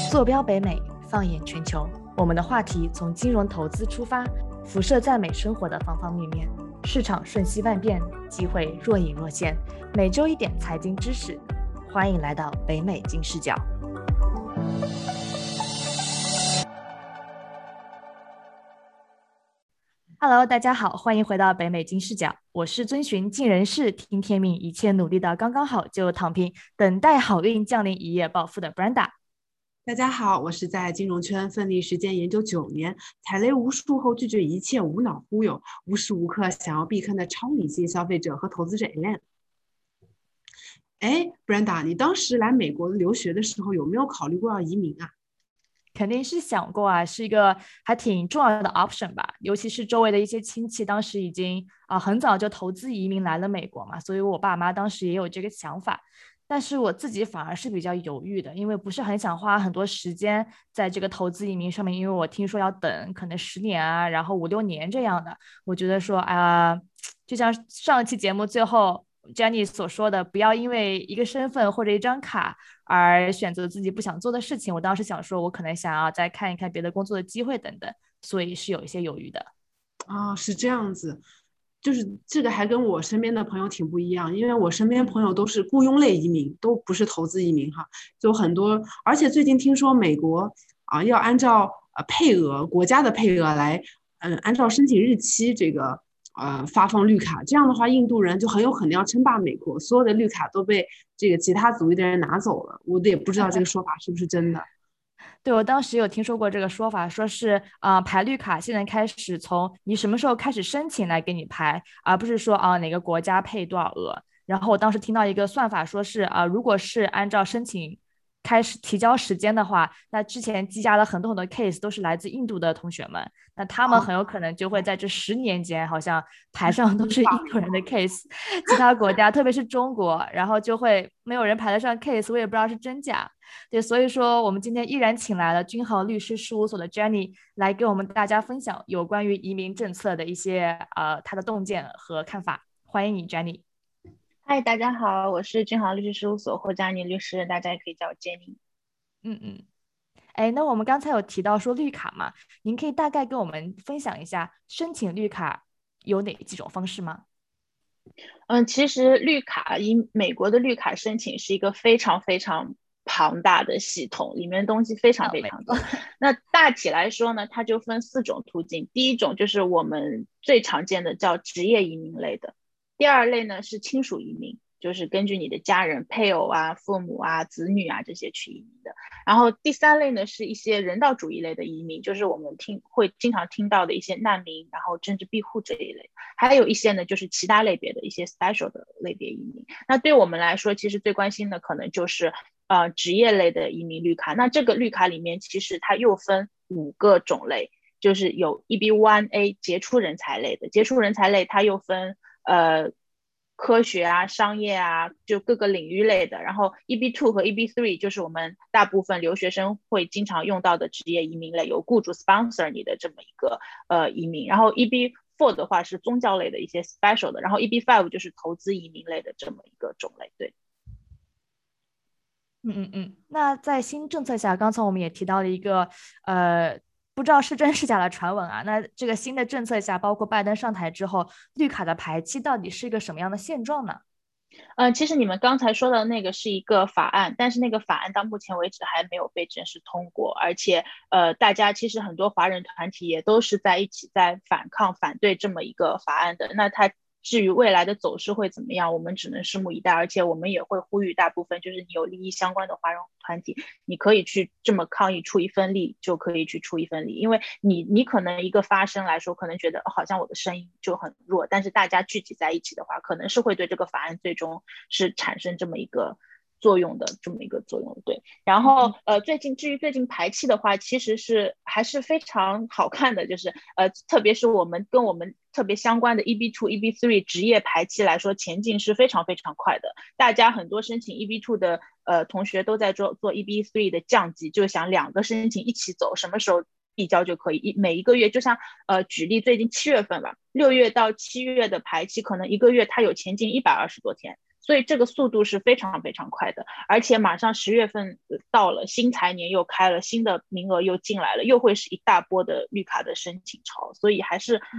坐标北美，放眼全球，我们的话题从金融投资出发，辐射在美生活的方方面面。市场瞬息万变，机会若隐若现。每周一点财经知识，欢迎来到北美金视角。Hello， 大家好，欢迎回到北美金视角。我是遵循尽人事，听天命，一切努力到刚刚好就躺平，等待好运降临，一夜暴富的 Brenda。 大家好，我是在金融圈奋力实践研究9年，踩雷无数后拒绝一切无脑忽悠，无时无刻想要避坑的超理性消费者和投资者 Elaine。哎 ，Brenda， 你当时来美国留学的时候有没有考虑过要移民啊？ 肯定是想过啊，是一个还挺重要的 option 吧。尤其是周围的一些亲戚，当时已经很早就投资移民来了美国嘛，所以我爸妈当时也有这个想法。但是我自己反而是比较犹豫的，因为不是很想花很多时间在这个投资移民上面，因为我听说要等可能10年啊，然后5、6年这样的。我觉得说，就像上一期节目最后 Jenny 所说的，不要因为一个身份或者一张卡而选择自己不想做的事情。我当时想说，我可能想要再看一看别的工作的机会等等，所以是有一些犹豫的。 是这样子，就是这个还跟我身边的朋友挺不一样，因为我身边朋友都是雇佣类移民，都不是投资移民哈，就很多，而且最近听说美国要按照配额国家的配额来，按照申请日期这个发放绿卡，这样的话印度人就很有可能要称霸美国，所有的绿卡都被这个其他族裔的人拿走了，我也不知道这个说法是不是真的。 对，我当时有听说过这个说法，说是排绿卡现在开始从你什么时候开始申请来给你排，而不是说哪个国家配多少额。然后我当时听到一个算法，说是如果是按照申请开始提交时间的话，那之前积压了很多很多 case 都是来自印度的同学们，那他们很有可能就会在这10年间，好像排上都是印度人的 case，其他国家特别是中国，然后就会没有人排得上 case，我也不知道是真假。对，所以说我们今天依然请来了君豪律师事务所的 Jenny 来给我们大家分享有关于移民政策的一些她的洞见和看法。欢迎你 Jenny。 嗨，大家好，我是君豪律师事务所霍佳妮律师，大家也可以叫我 Jenny。 哎，那我们刚才有提到说绿卡嘛，您可以大概跟我们分享一下申请绿卡有哪几种方式吗？ 其实美国的绿卡申请是一个非常非常庞大的系统，里面东西非常非常多。那大体来说呢，它就分4种途径。第一种就是我们最常见的叫职业移民类的，第二类呢是亲属移民，就是根据你的家人、配偶啊、父母啊、子女啊这些去移民的。然后第3类呢是一些人道主义类的移民，就是我们会经常听到的一些难民，然后政治庇护这一类。还有一些呢就是其他类别的一些 special 的类别移民。那对我们来说，其实最关心的可能就是职业类的移民绿卡。那这个绿卡里面其实它又分5个种类，就是有 EB1A 杰出人才类的，杰出人才类它又分科学啊、商业啊，就各个领域类的。然后 EB2 和 EB3 就是我们大部分留学生会经常用到的职业移民类，有雇主 sponsor 你的这么一个移民。然后 EB4 的话是宗教类的一些 special 的，然后 EB5 就是投资移民类的这么一个种类。对。 那在新政策下，刚才我们也提到了一个不知道是真是假的传闻啊。那这个新的政策下，包括拜登上台之后，绿卡的排期到底是一个什么样的现状呢？ 其实你们刚才说的那个是一个法案，但是那个法案到目前为止还没有被正式通过，而且大家其实很多华人团体也都是在一起在反对这么一个法案的。那它至于未来的走势会怎么样，我们只能拭目以待。而且我们也会呼吁大部分就是你有利益相关的华人团体，你可以去这么抗议出一份力，就可以去出一份力。因为你可能一个发声来说，可能觉得好像我的声音就很弱，但是大家聚集在一起的话，可能是会对这个法案最终是产生这么一个作用的，对。然后至于最近排期的话，其实还是非常好看的，就是特别是我们特别相关的 EB2、EB3 职业排期来说，前进是非常非常快的。大家很多申请 EB2 的同学都在做 EB3 的降级，就想2个申请一起走，什么时候递交就可以。每一个月，就像举例最近7月份吧，6月到7月的排期，可能一个月它有前进120多天。 所以这个速度是非常非常快的。而且马上10月份到了，新财年又开了，新的名额又进来了，又会是一大波的绿卡的申请潮，所以还是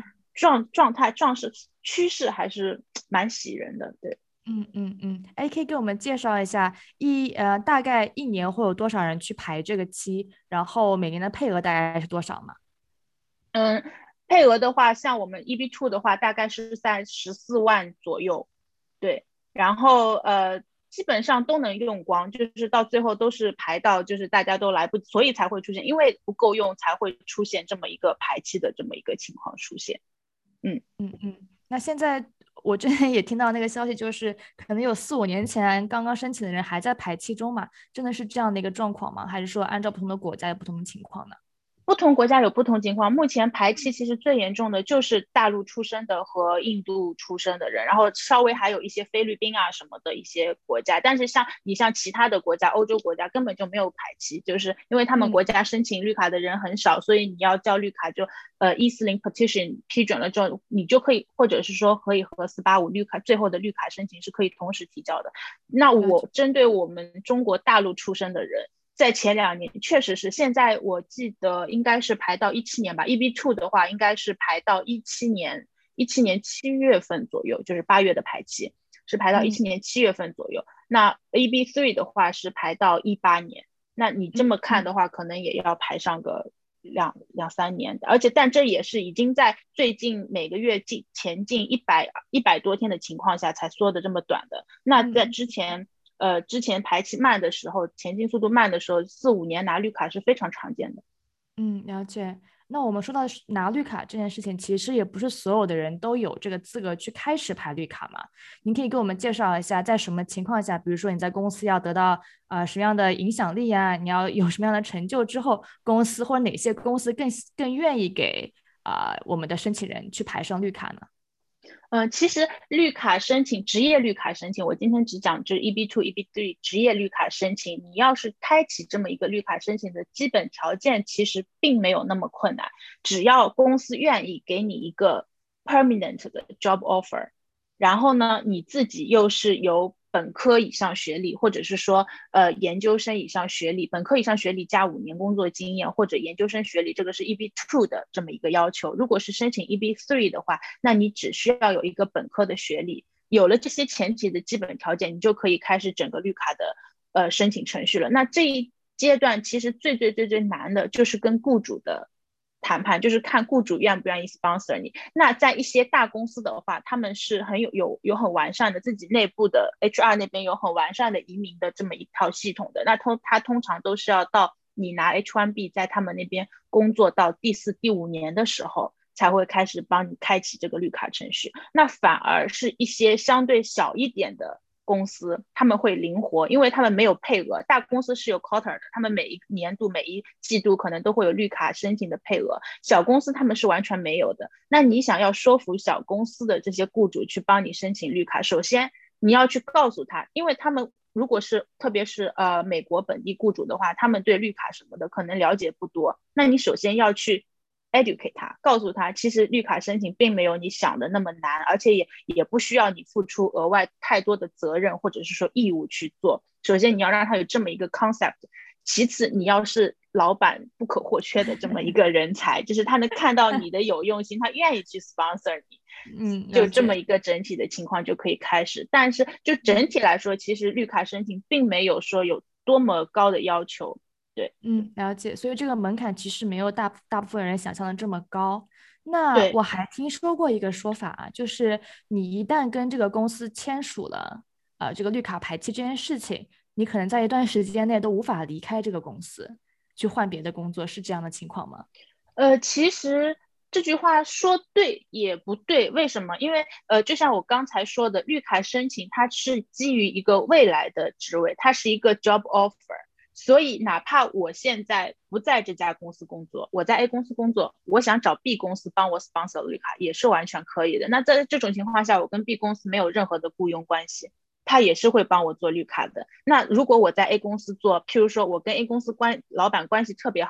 趋势还是蛮喜人的。对。 哎，可以给我们介绍一下大概一年会有多少人去排这个期，然后每年的配额大概是多少吗？ 配额的话，像我们 EB2 的话，大概是在14万左右，对，然后基本上都能用光，就是到最后都是排到就是大家都来不及，所以才会出现，因为不够用才会出现这么一个排期的这么一个情况出现。 那现在我之前也听到那个消息，就是可能有4、5年前刚刚申请的人还在排期中嘛，真的是这样的一个状况吗？还是说按照不同的国家有不同的情况呢？ 不同国家有不同情况，目前排期其实最严重的就是大陆出生的和印度出生的人，然后稍微还有一些菲律宾啊什么的一些国家，但是像其他的国家，欧洲国家根本就没有排期，就是因为他们国家申请绿卡的人很少，所以你要交绿卡就140 petition 批准了之后，你就可以或者是说可以和485绿卡最后的绿卡申请是可以同时提交的。那我针对我们中国大陆出生的人，在前2年确实是，现在我记得应该是排到17年吧 ，EB2 的话应该是排到17年7月份左右，就是8月的排期是排到17年7月份左右。那 EB3 的话是排到18年，那你这么看的话，可能也要排上个两三年的，但这也是已经在最近每个月前进100多天的情况下才缩的这么短的。那在之前排期慢的时候，前进速度慢的时候，4、5年拿绿卡是非常常见的。 了解。那我们说到拿绿卡这件事情，其实也不是所有的人都有这个资格去开始排绿卡嘛。您可以给我们介绍一下，在什么情况下，比如说你在公司要得到什么样的影响力啊，你要有什么样的成就之后，公司或者哪些公司更愿意给我们的申请人去排上绿卡呢？ 其实职业绿卡申请，我今天只讲就是 EB2、EB3 职业绿卡申请，你要是开启这么一个绿卡申请的基本条件，其实并没有那么困难，只要公司愿意给你一个 permanent 的 job offer， 然后呢，你自己又是由本科以上学历，或者是说研究生以上学历，本科以上学历加5年工作经验，或者研究生学历，这个是 EB2 的这么一个要求。如果是申请 EB3 的话，那你只需要有一个本科的学历，有了这些前提的基本条件，你就可以开始整个绿卡的申请程序了。那这一阶段其实最难的就是跟雇主的谈判，就是看雇主愿不愿意 sponsor 你。那在一些大公司的话，他们是有很完善的自己内部的 HR 那边有很完善的移民的这么一套系统的。那他通常都是要到你拿 H1B 在他们那边工作到第4、第5年的时候，才会开始帮你开启这个绿卡程序。那反而是一些相对小一点的公司，他们会灵活，因为他们没有配额。大公司是有 quota 的，他们每一年度每一季度可能都会有绿卡申请的配额，小公司他们是完全没有的。那你想要说服小公司的这些雇主去帮你申请绿卡，首先你要去告诉他，因为他们如果是特别是美国本地雇主的话，他们对绿卡什么的可能了解不多，那你首先要去educate 他，告诉他其实绿卡申请并没有你想的那么难，而且也不需要你付出额外太多的责任或者是说义务去做。首先你要让他有这么一个 concept， 其次你要是老板不可或缺的这么一个人才，就是他能看到你的有用心，他愿意去 sponsor 你，就这么一个整体的情况就可以开始。但是就整体来说，其实绿卡申请并没有说有多么高的要求。对， 了解，所以这个门槛其实没有大部分人想象的这么高。那对我还听说过一个说法啊，就是你一旦跟这个公司签署了这个绿卡排期这件事情，你可能在一段时间内都无法离开这个公司去换别的工作，是这样的情况吗？ 其实这句话说对也不对，为什么？因为就像我刚才说的，绿卡申请它是基于一个未来的职位，它是一个 job offer。所以哪怕我现在不在这家公司工作，我在 A 公司工作，我想找 B 公司帮我 sponsor 绿卡也是完全可以的。那在这种情况下，我跟 B 公司没有任何的雇佣关系，他也是会帮我做绿卡的。那如果我在 A 公司做，譬如说我跟 A 公司老板关系特别好，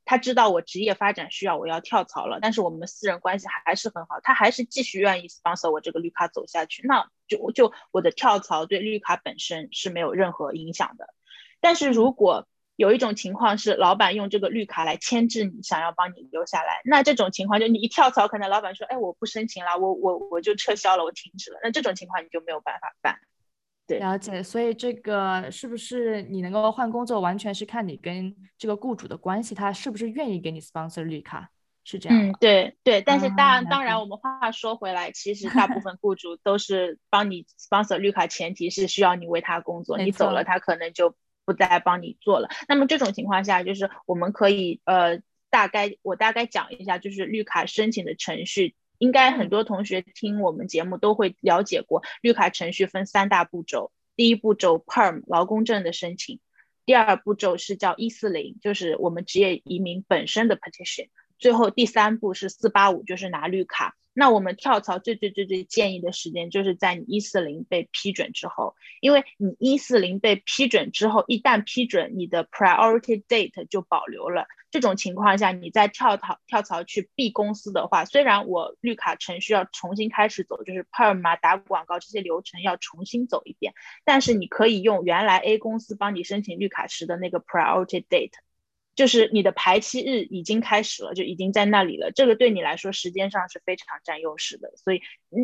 他知道我职业发展需要我要跳槽了，但是我们私人关系还是很好，他还是继续愿意 sponsor 我这个绿卡走下去，那就我的跳槽对绿卡本身是没有任何影响的。但是如果有一种情况是老板用这个绿卡来牵制你，想要帮你留下来，那这种情况就你一跳槽，可能老板说，哎，我不申请了，我就撤销了，我停止了，那这种情况你就没有办法办。对， 了解，所以这个是不是你能够换工作，完全是看你跟这个雇主的关系，他是不是愿意给你 sponsor 绿卡，是这样吗？ 对对，但是了解。 当然我们话说回来，其实大部分雇主都是帮你 sponsor 绿卡，前提是需要你为他工作， 没错。 你走了他可能就不再帮你做了。那么这种情况下，就是我们可以我大概讲一下，就是绿卡申请的程序。应该很多同学听我们节目都会了解过，绿卡程序分3大步骤。第一步骤 PERM 劳工证的申请，第二步骤是叫140，就是我们职业移民本身的 petition， 最后第3步是485，就是拿绿卡。那我们跳槽最建议的时间就是在你140被批准之后，因为你140被批准之后，一旦批准，你的 priority date 就保留了。这种情况下，你再跳槽去 B 公司的话，虽然我绿卡程序要重新开始走，就是 PERM 啊、打广告这些流程要重新走一遍，但是你可以用原来 A 公司帮你申请绿卡时的那个 priority date， 就是你的排期日已经开始了，就已经在那里了，这个对你来说时间上是非常占优势的，所以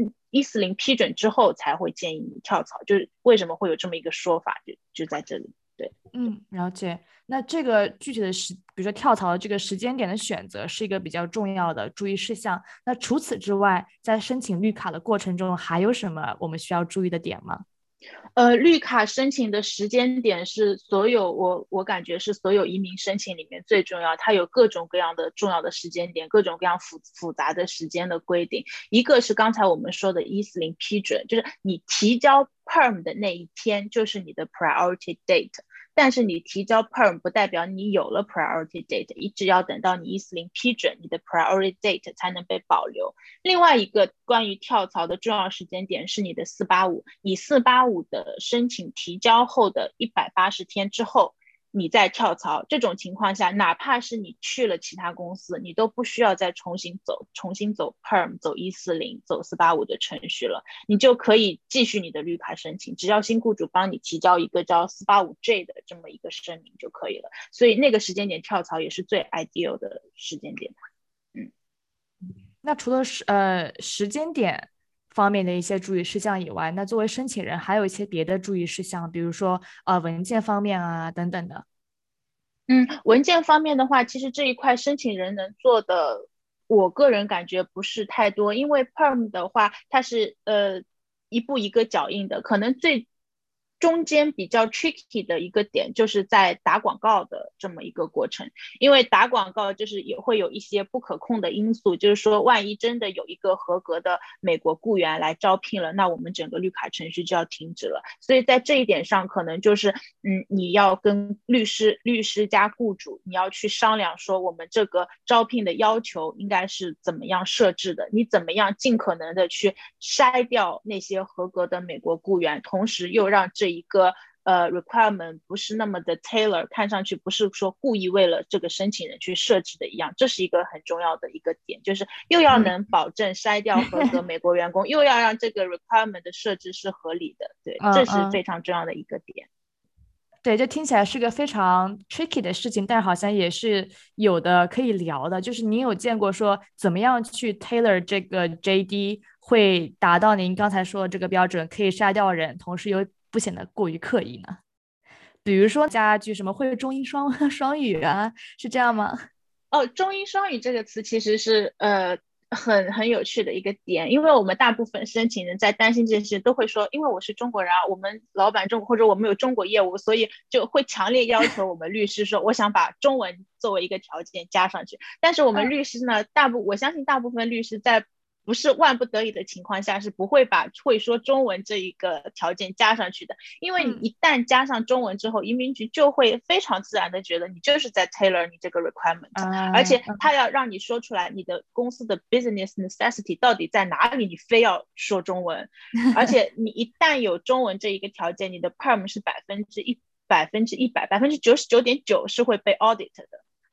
140批准之后才会建议你跳槽，就是为什么会有这么一个说法，就在这里。对， 了解。那这个具体的比如说跳槽的这个时间点的选择是一个比较重要的注意事项。那除此之外，在申请绿卡的过程中，还有什么我们需要注意的点吗？ 绿卡申请的时间点是我感觉是所有移民申请里面最重要，它有各种各样的重要的时间点，各种各样复杂的时间的规定。一个是刚才我们说的140批准，就是你提交 PERM 的那一天就是你的 priority date，但是你提交 PERM 不代表你有了 priority date， 一直要等到你140批准，你的 priority date 才能被保留。另外一个关于跳槽的重要时间点是你的485，你485的申请提交后的180天之后，你再跳槽，这种情况下，哪怕是你去了其他公司，你都不需要再重新走 PERM， 走140，走485的程序了，你就可以继续你的绿卡申请，只要新雇主帮你提交一个叫 485J 的这么一个声明就可以了。所以那个时间点跳槽也是最 ideal 的时间点。 那除了时间点方面的一些注意事项以外，那作为申请人还有一些别的注意事项，比如说文件方面啊等等的。 文件方面的话，其实这一块申请人能做的，我个人感觉不是太多，因为 PERM 的话，它是一步一个脚印的，可能最中间比较 tricky 的一个点就是在打广告的这么一个过程，因为打广告就是也会有一些不可控的因素，就是说万一真的有一个合格的美国雇员来招聘了，那我们整个绿卡程序就要停止了。所以在这一点上，可能就是你要跟律师加雇主，你要去商量说我们这个招聘的要求应该是怎么样设置的，你怎么样尽可能的去筛掉那些合格的美国雇员，同时又让这一个requirement 不是那么的 tailor， 看上去不是说故意为了这个申请人去设置的一样，这是一个很重要的一个点，就是又要能保证筛掉合格美国员工，又要让这个 requirement 的设置是合理的，对，这是非常重要的一个点。 对，这听起来是个非常 tricky 的事情，但是好像也是有的可以聊的。就是您有见过说怎么样去 tailor 这个 JD 会达到您刚才说的这个标准，可以筛掉人，同时又不显得过于刻意呢？比如说加句什么会中英双语啊，是这样吗？ 中英双语这个词其实是很有趣的一个点，因为我们大部分申请人在担心这件事都会说，因为我是中国人啊，我们老板或者我们有中国业务，所以就会强烈要求我们律师说，我想把中文作为一个条件加上去。但是我们律师呢，我相信大部分律师在不是万不得已的情况下是不会把会说中文这一个条件加上去的，因为你一旦加上中文之后，移民局就会非常自然的觉得你就是在 tailor 你这个 requirement，而且他要让你说出来你的公司的 business necessity 到底在哪里，你非要说中文，而且你一旦有中文这一个条件，你的 PERM 是100%、99.9%是会被 audit 的。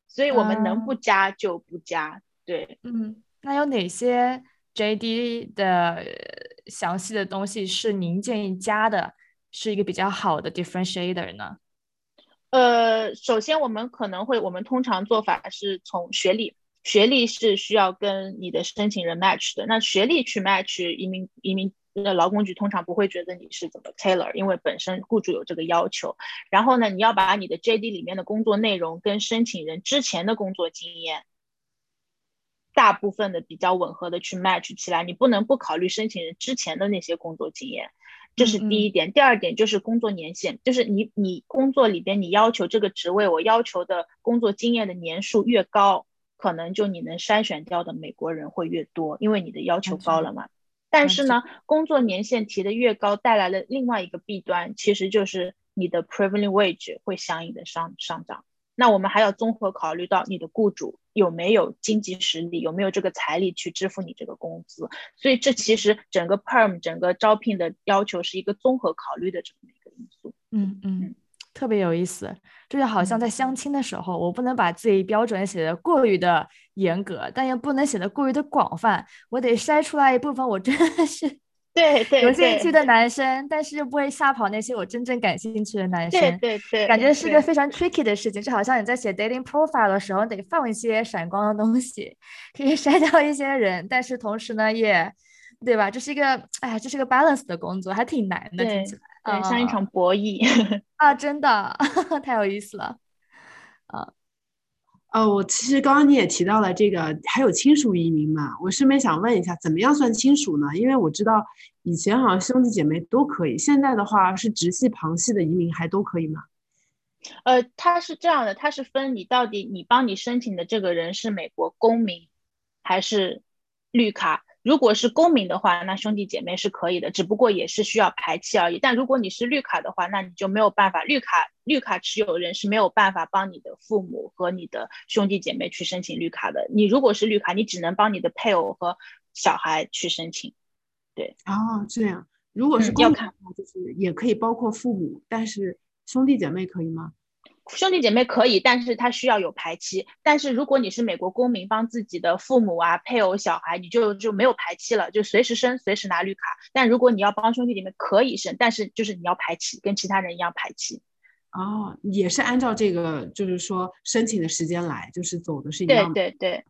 所以我们能不加就不加。对， 那有哪些 JD 的详细的东西是您建议加的，是一个比较好的 differentiator 呢？ 首先我们通常做法是从学历，学历是需要跟你的申请人 match 的。那学历去 match 移民劳工局通常不会觉得你是怎么 tailor， 因为本身雇主有这个要求。然后呢，你要把你的 JD 里面的工作内容跟申请人之前的工作经验大部分的比较吻合的去 match 起来，你不能不考虑申请人之前的那些工作经验。这是第一点。第二点就是工作年限，就是你工作里边你要求这个职位，我要求的工作经验的年数越高，可能就你能筛选掉的美国人会越多，因为你的要求高了嘛。但是呢，工作年限提的越高，带来了另外一个弊端，其实就是你的 prevailing wage 会相应的上涨。那我们还要综合考虑到你的雇主有没有经济实力，有没有这个财力去支付你这个工资。所以这其实整个 perm 整个招聘的要求是一个综合考虑的这么一个因素。 特别有意思。这就好像在相亲的时候，我不能把自己标准写得过于的严格，但也不能写得过于的广泛，我得筛出来一部分我真的是有兴趣的男生，但是又不会吓跑那些我真正感兴趣的男生。感觉是个非常 tricky 的事情，就好像你在写 dating profile 的时候，得放一些闪光的东西，可以筛掉一些人，但是同时呢，也对吧？这是一个balance 的工作，还挺难的，听起来。 对，像一场博弈真的太有意思了。 我其实刚刚你也提到了这个，还有亲属移民嘛，我顺便想问一下，怎么样算亲属呢？因为我知道以前好像兄弟姐妹都可以，现在的话是直系旁系的移民还都可以吗？ 它是这样的，它是分你到底你帮你申请的这个人是美国公民还是绿卡。如果是公民的话，那兄弟姐妹是可以的，只不过也是需要排期而已。但如果你是绿卡的话，那你就没有办法，绿卡持有人是没有办法帮你的父母和你的兄弟姐妹去申请绿卡的。你如果是绿卡，你只能帮你的配偶和小孩去申请。对， 这样。如果是公民的话，就是也可以包括父母，但是兄弟姐妹可以吗？ 兄弟姐妹可以，但是他需要有排期。但是如果你是美国公民，帮自己的父母啊、配偶、小孩，你就没有排期了，就随时申、随时拿绿卡。但如果你要帮兄弟姐妹，可以申，但是就是你要排期，跟其他人一样排期。 也是按照这个，就是说申请的时间来，就是走的是一样的。 对。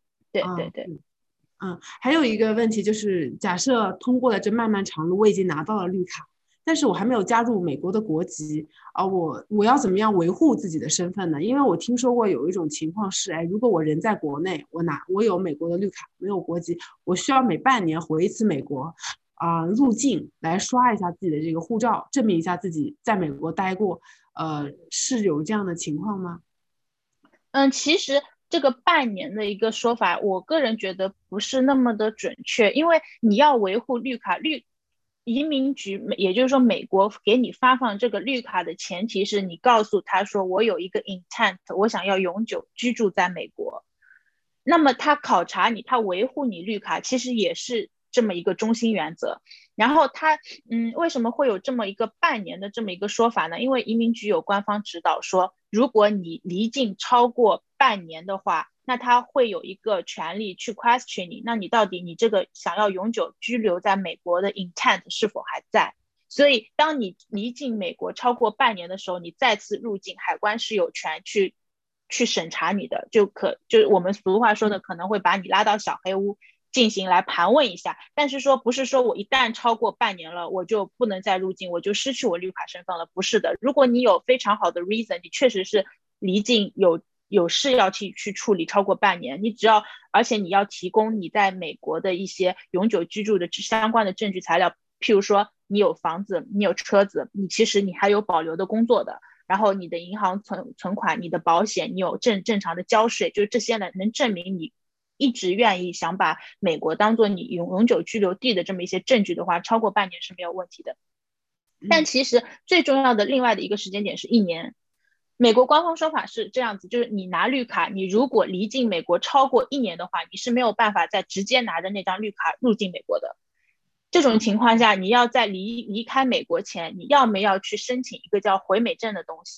还有一个问题就是，假设通过了这漫漫长路，我已经拿到了绿卡。但是我还没有加入美国的国籍我要怎么样维护自己的身份呢？因为我听说过有一种情况是，如果我人在国内，我有美国的绿卡，没有国籍，我需要每半年回一次美国入境来刷一下自己的这个护照，证明一下自己在美国待过，是有这样的情况吗？ 其实这个半年的一个说法，我个人觉得不是那么的准确，因为你要维护绿卡移民局，也就是说美国给你发放这个绿卡的前提是你告诉他说我有一个 intent， 我想要永久居住在美国。那么他考察你，他维护你绿卡，其实也是这么一个中心原则。然后他为什么会有这么一个半年的这么一个说法呢？因为移民局有官方指导说，如果你离境超过半年的话，那他会有一个权利去 question 你，那你到底你这个想要永久居留在美国的 intent 是否还在？所以当你离境美国超过半年的时候，你再次入境，海关是有权去审查你的，就是我们俗话说的可能会把你拉到小黑屋进行来盘问一下。但是说不是说我一旦超过半年了我就不能再入境，我就失去我绿卡身份了，不是的。如果你有非常好的 reason， 你确实是离境有事要去处理超过半年，而且你要提供你在美国的一些永久居住的相关的证据材料，譬如说你有房子，你有车子，其实你还有保留的工作的，然后你的银行存款，你的保险，你有正常的交税，就是这些能证明你一直愿意想把美国当做你永久居留地的这么一些证据的话，超过半年是没有问题的。但其实最重要的另外的一个时间点是1年。美国官方说法是这样子，就是你拿绿卡，你如果离境美国超过1年的话，你是没有办法再直接拿着那张绿卡入境美国的。这种情况下，你要在离开美国前，你要不要去申请一个叫回美证的东西，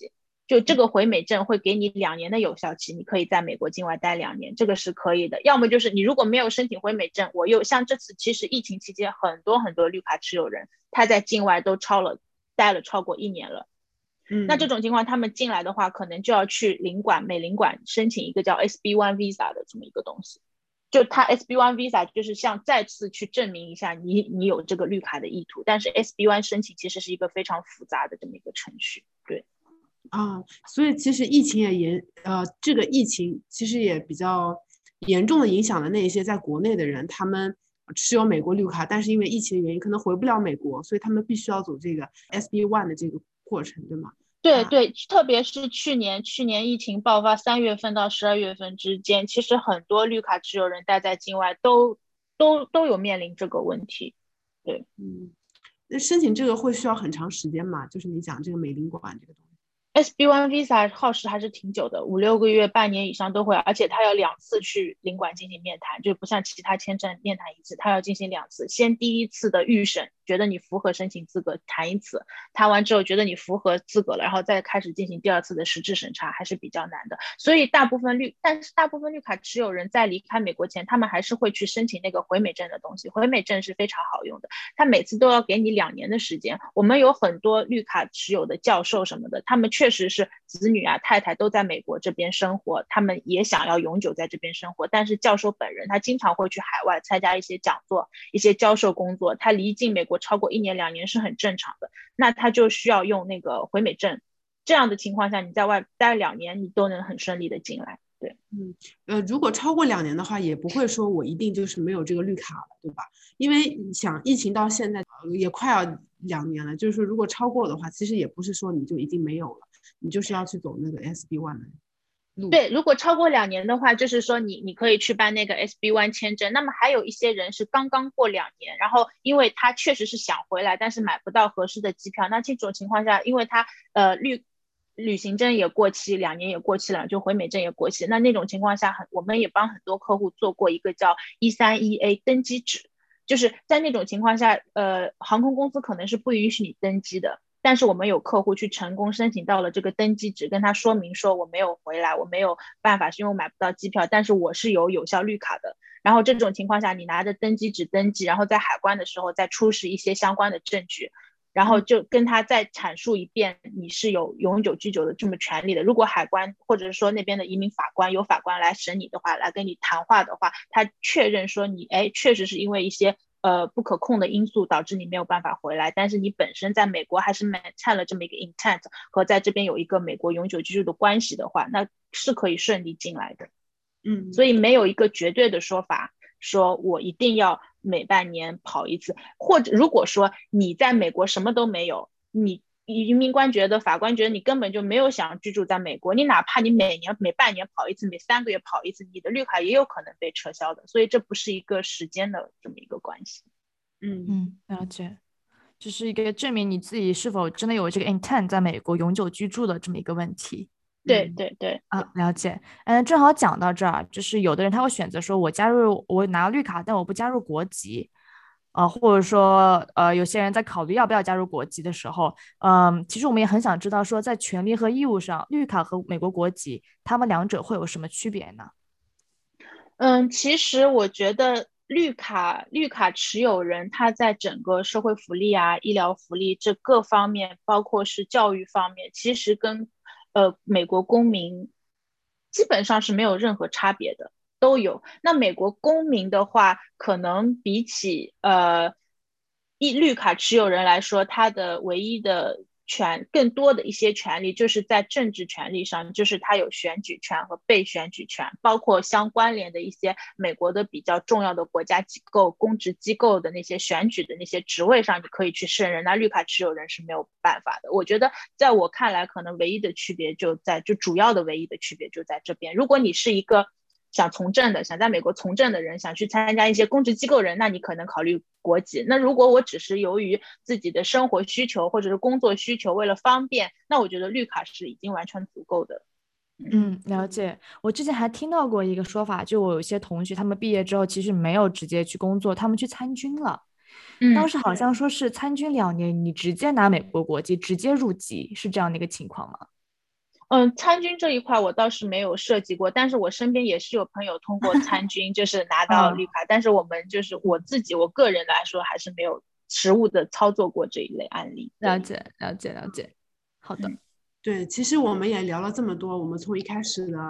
就这个回美证会给你2年的有效期，你可以在美国境外待2年，这个是可以的。要么就是你如果没有申请回美证，我又像这次其实疫情期间很多很多绿卡持有人他在境外都待了超过1年了。那这种情况他们进来的话可能就要去美领馆申请一个叫 SB1 visa 的这么一个东西，就他 SB1 visa 就是像再次去证明一下你有这个绿卡的意图，但是 SB1 申请其实是一个非常复杂的这么一个程序。对所以其实疫情这个疫情其实也比较严重的影响了那些在国内的人，他们持有美国绿卡，但是因为疫情的原因可能回不了美国，所以他们必须要走这个 SB1 的这个过程，对吗？ 对对，特别是去年疫情爆发3月份到12月份之间，其实很多绿卡持有人待在境外都有面临这个问题。对， 那申请这个会需要很长时间嘛？就是你讲这个美领馆这个东西。 SB1 visa 耗时还是挺久的，5-6个月、半年以上都会，而且他要2次去领馆进行面谈，就不像其他签证面谈1次，他要进行2次。先第1次的预审，觉得你符合申请资格，谈1次，谈完之后觉得你符合资格了，然后再开始进行第2次的实质审查，还是比较难的。所以但是大部分绿卡持有人在离开美国前，他们还是会去申请那个回美证的东西。回美证是非常好用的，他每次都要给你2年的时间。我们有很多绿卡持有的教授什么的，他们确实是子女啊太太都在美国这边生活，他们也想要永久在这边生活，但是教授本人他经常会去海外参加一些讲座、一些教授工作，他离境美国超过1年2年是很正常的，那他就需要用那个回美证。这样的情况下，你在外待2年，你都能很顺利的进来。对， 如果超过2年的话，也不会说我一定就是没有这个绿卡了，对吧？因为你想，疫情到现在也快要2年了，就是说如果超过的话，其实也不是说你就一定没有了，你就是要去走那个 SB1 的路。 对，如果超过2年的话，就是说你可以去办那个 SB1 签证。那么还有一些人是刚刚过2年，然后因为他确实是想回来，但是买不到合适的机票，那这种情况下，因为他旅行证也过期，2年也过期了，就回美证也过期。那种情况下，我们也帮很多客户做过一个叫131A 登机纸，就是在那种情况下，航空公司可能是不允许你登机的，但是我们有客户去成功申请到了这个登机纸，跟他说明说我没有回来，我没有办法，是因为我买不到机票，但是我是有效绿卡的。然后这种情况下，你拿着登机纸登记，然后在海关的时候再出示一些相关的证据。然后就跟他再阐述一遍你是有永久居留的这么权利的。如果海关或者是说那边的移民法官有法官来审你的话，来跟你谈话的话，他确认说你确实是因为一些不可控的因素导致你没有办法回来，但是你本身在美国还是maintain了这么一个 intent 和在这边有一个美国永久居住的关系的话，那是可以顺利进来的。所以没有一个绝对的说法说我一定要每半年跑1次，或者如果说你在美国什么都没有，你移民官觉得法官觉得你根本就没有想居住在美国，你哪怕你每半年跑1次，每3个月跑1次，你的绿卡也有可能被撤销的。所以这不是一个时间的这么一个关系。 了解，这是一个证明你自己是否真的有这个 intent 在美国永久居住的这么一个问题。 对对对了解。正好讲到这儿，就是有的人他会选择说，我拿绿卡，但我不加入国籍，或者说有些人在考虑要不要加入国籍的时候，其实我们也很想知道说，在权利和义务上，绿卡和美国国籍，他们两者会有什么区别呢？ 其实我觉得绿卡持有人他在整个社会福利啊、医疗福利这各方面，包括是教育方面，其实跟美国公民基本上是没有任何差别的，都有。那美国公民的话，可能比起绿卡持有人来说，他的唯一的更多的一些权利就是在政治权利上，就是他有选举权和被选举权，包括相关联的一些美国的比较重要的国家机构、公职机构的那些选举的那些职位上，你可以去胜任。那绿卡持有人是没有办法的。我觉得在我看来，可能唯一的区别就主要的唯一的区别就在这边。如果你是一个想在美国从政的人，想去参加一些公职机构人，那你可能考虑国籍。那如果我只是由于自己的生活需求或者是工作需求，为了方便，那我觉得绿卡是已经完全足够的。 了解。我之前还听到过一个说法，就我有一些同学，他们毕业之后其实没有直接去工作，他们去参军了。当时好像说是参军2年，你直接拿美国国籍，直接入籍，是这样的一个情况吗？ 参军这一块我倒是没有涉及过，但是我身边也是有朋友通过参军就是拿到绿卡，但是我们就是我个人来说还是没有实务的操作过这一类案例。 了解。好的。 对，其实我们也聊了这么多，我们从一开始的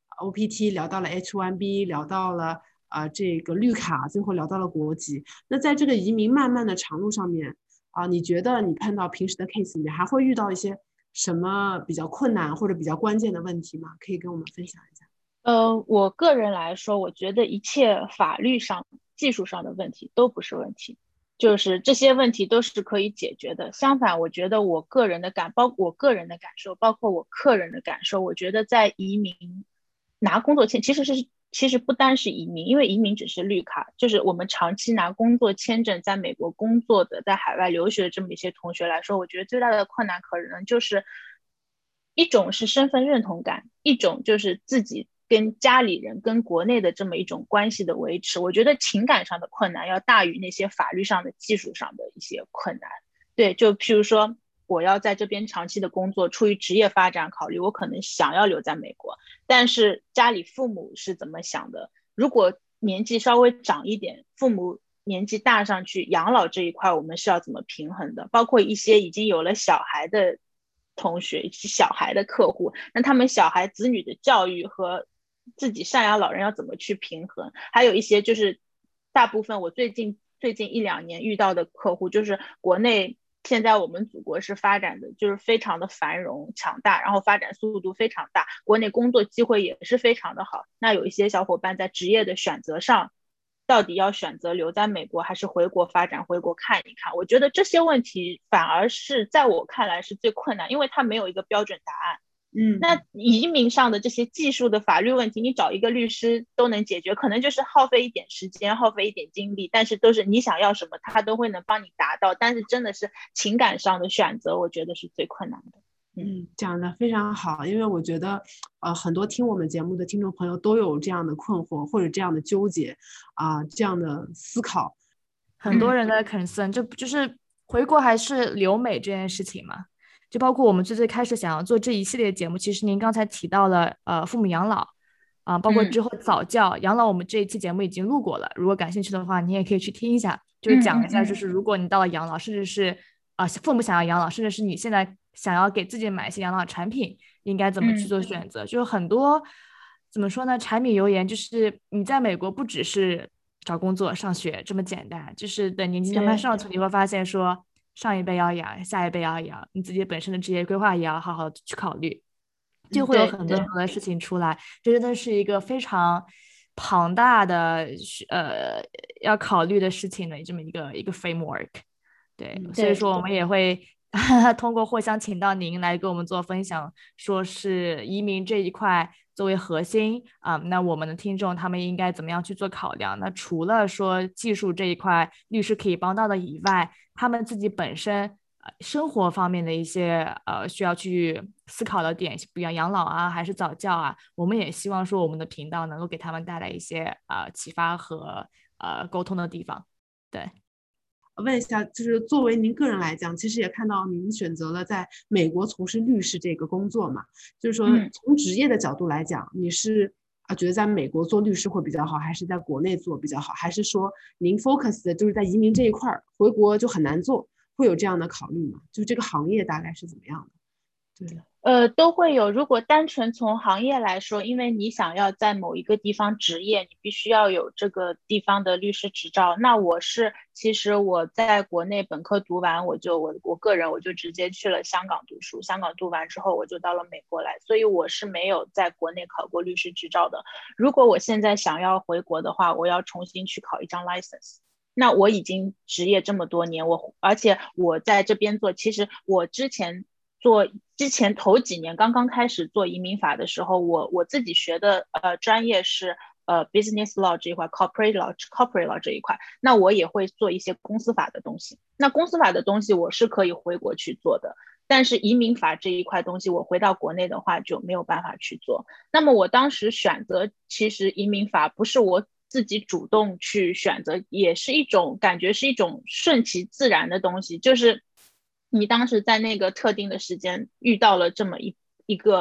OPT 聊到了 H1B， 聊到了这个绿卡，最后聊到了国籍。那在这个移民漫漫的长路上面你觉得你碰到平时的 case 你还会遇到一些什么比较困难或者比较关键的问题吗？可以跟我们分享一下。 我个人来说，我觉得一切法律上、技术上的问题都不是问题，就是这些问题都是可以解决的。相反，我觉得我个人的感受，包括我客人的感受，我觉得在移民拿工作签，其实不单是移民，因为移民只是绿卡，就是我们长期拿工作签证在美国工作的，在海外留学的这么一些同学来说，我觉得最大的困难可能就是一种是身份认同感，一种就是自己跟家里人跟国内的这么一种关系的维持。我觉得情感上的困难要大于那些法律上的技术上的一些困难。对，就譬如说我要在这边长期的工作，出于职业发展考虑，我可能想要留在美国，但是家里父母是怎么想的？如果年纪稍微长一点，父母年纪大上去，养老这一块我们是要怎么平衡的？包括一些已经有了小孩的同学以及小孩的客户，那他们小孩子女的教育和自己赡养老人要怎么去平衡？还有一些就是大部分我最近1-2年遇到的客户，就是国内现在我们祖国是发展的就是非常的繁荣强大，然后发展速度非常大，国内工作机会也是非常的好。那有一些小伙伴在职业的选择上，到底要选择留在美国还是回国发展，回国看一看？我觉得这些问题反而是在我看来是最困难，因为它没有一个标准答案。那移民上的这些技术的法律问题，你找一个律师都能解决，可能就是耗费一点时间，耗费一点精力，但是都是你想要什么，他都会能帮你达到。但是真的是情感上的选择，我觉得是最困难的。 讲得非常好，因为我觉得很多听我们节目的听众朋友都有这样的困惑或者这样的纠结这样的思考。 很多人的 concern 就是回国还是留美这件事情嘛，就包括我们最开始想要做这一系列节目，其实您刚才提到了父母养老包括之后早教养老，我们这一期节目已经录过了，如果感兴趣的话你也可以去听一下，就是讲一下就是如果你到了养老，甚至是父母想要养老，甚至是你现在想要给自己买一些养老产品，应该怎么去做选择。就是很多怎么说呢，柴米油盐，就是你在美国不只是找工作上学这么简单，就是等年纪慢慢上去，你会发现说上一辈要养，下一辈要养，你自己本身的职业规划也要好好去考虑，就会有很多很多的事情出来。这真的是一个非常庞大的要考虑的事情的这么一个 framework。对，所以说我们也会通过藿香请到您来跟我们做分享，说是移民这一块作为核心那我们的听众他们应该怎么样去做考量？那除了说技术这一块律师可以帮到的以外，他们自己本身生活方面的一些需要去思考的点，比如养老还是早教我们也希望说我们的频道能够给他们带来一些启发和沟通的地方。对。 问一下，就是作为您个人来讲，其实也看到您选择了在美国从事律师这个工作嘛，就是说从职业的角度来讲，你是觉得在美国做律师会比较好，还是在国内做比较好，还是说您 focus 的就是在移民这一块，回国就很难做，会有这样的考虑吗？就这个行业大概是怎么样的？对。 都会有。如果单纯从行业来说，因为你想要在某一个地方执业，你必须要有这个地方的律师执照。那其实我在国内本科读完，我个人就直接去了香港读书，香港读完之后我就到了美国来，所以我是没有在国内考过律师执照的。如果我现在想要回国的话，我要重新去考一张 license。那我已经执业这么多年，而且我在这边做，其实我之前头几年刚刚开始做移民法的时候，我自己学的专业是business law 这一块 corporate law 这一块，那我也会做一些公司法的东西。那公司法的东西我是可以回国去做的，但是移民法这一块东西我回到国内的话就没有办法去做。那么我当时选择，其实移民法不是我自己主动去选择，也是一种感觉，是一种顺其自然的东西，就是你当时在那个特定的时间遇到了这么一个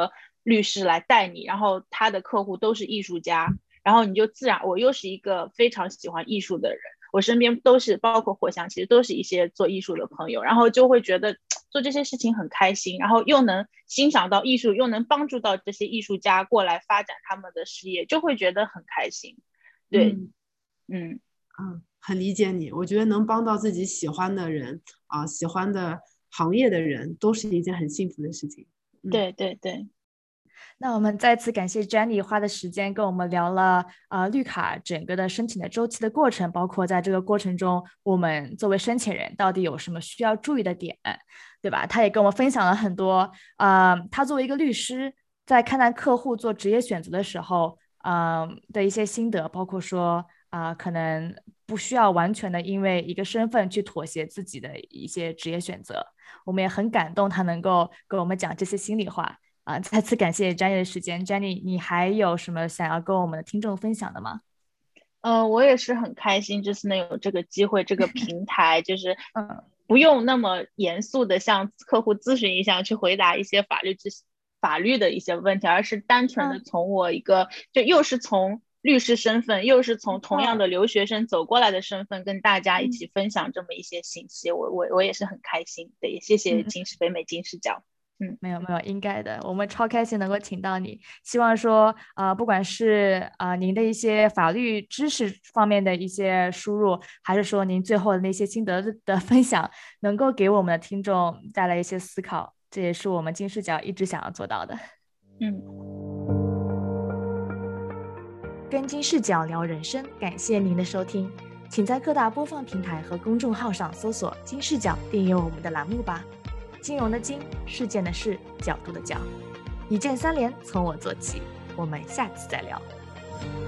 律师来带你，然后他的客户都是艺术家，然后你就自然，我又是一个非常喜欢艺术的人，我身边都是包括火象，其实都是一些做艺术的朋友，然后就会觉得做这些事情很开心，然后又能欣赏到艺术，又能帮助到这些艺术家过来发展他们的事业，就会觉得很开心。对， 很理解你。我觉得能帮到自己喜欢的人啊，喜欢的行业的人，都是一件很幸福的事情。 对对对。 那我们再次感谢 Jenny 花的时间跟我们聊了绿卡整个的申请的周期的过程，包括在这个过程中我们作为申请人到底有什么需要注意的点，对吧？他也跟我们分享了很多他作为一个律师在看待客户做职业选择的时候的一些心得，包括说可能不需要完全的因为一个身份去妥协自己的一些职业选择。我们也很感动他能够跟我们讲这些心里话。再次感谢 Jenny 的时间。Jenny， 你还有什么想要跟我们的听众分享的吗？ 我也是很开心这次能有这个机会，这个平台就是不用那么严肃的向客户咨询一下去回答一些法律的一些问题，而是单纯的从我一个就又是从律师身份，又是从同样的留学生走过来的身份，跟大家一起分享这么一些信息，我也是很开心的，也谢谢北美金视角。 没有，应该的，我们超开心能够请到你。希望说不管是您的一些法律知识方面的一些输入，还是说您最后的那些心得的分享，能够给我们的听众带来一些思考，这也是我们金视角一直想要做到的。跟金视角聊人生，感谢您的收听，请在各大播放平台和公众号上搜索金视角，订阅我们的栏目吧。金融的金，事件的事，角度的角，一键3连，从我做起。我们下次再聊。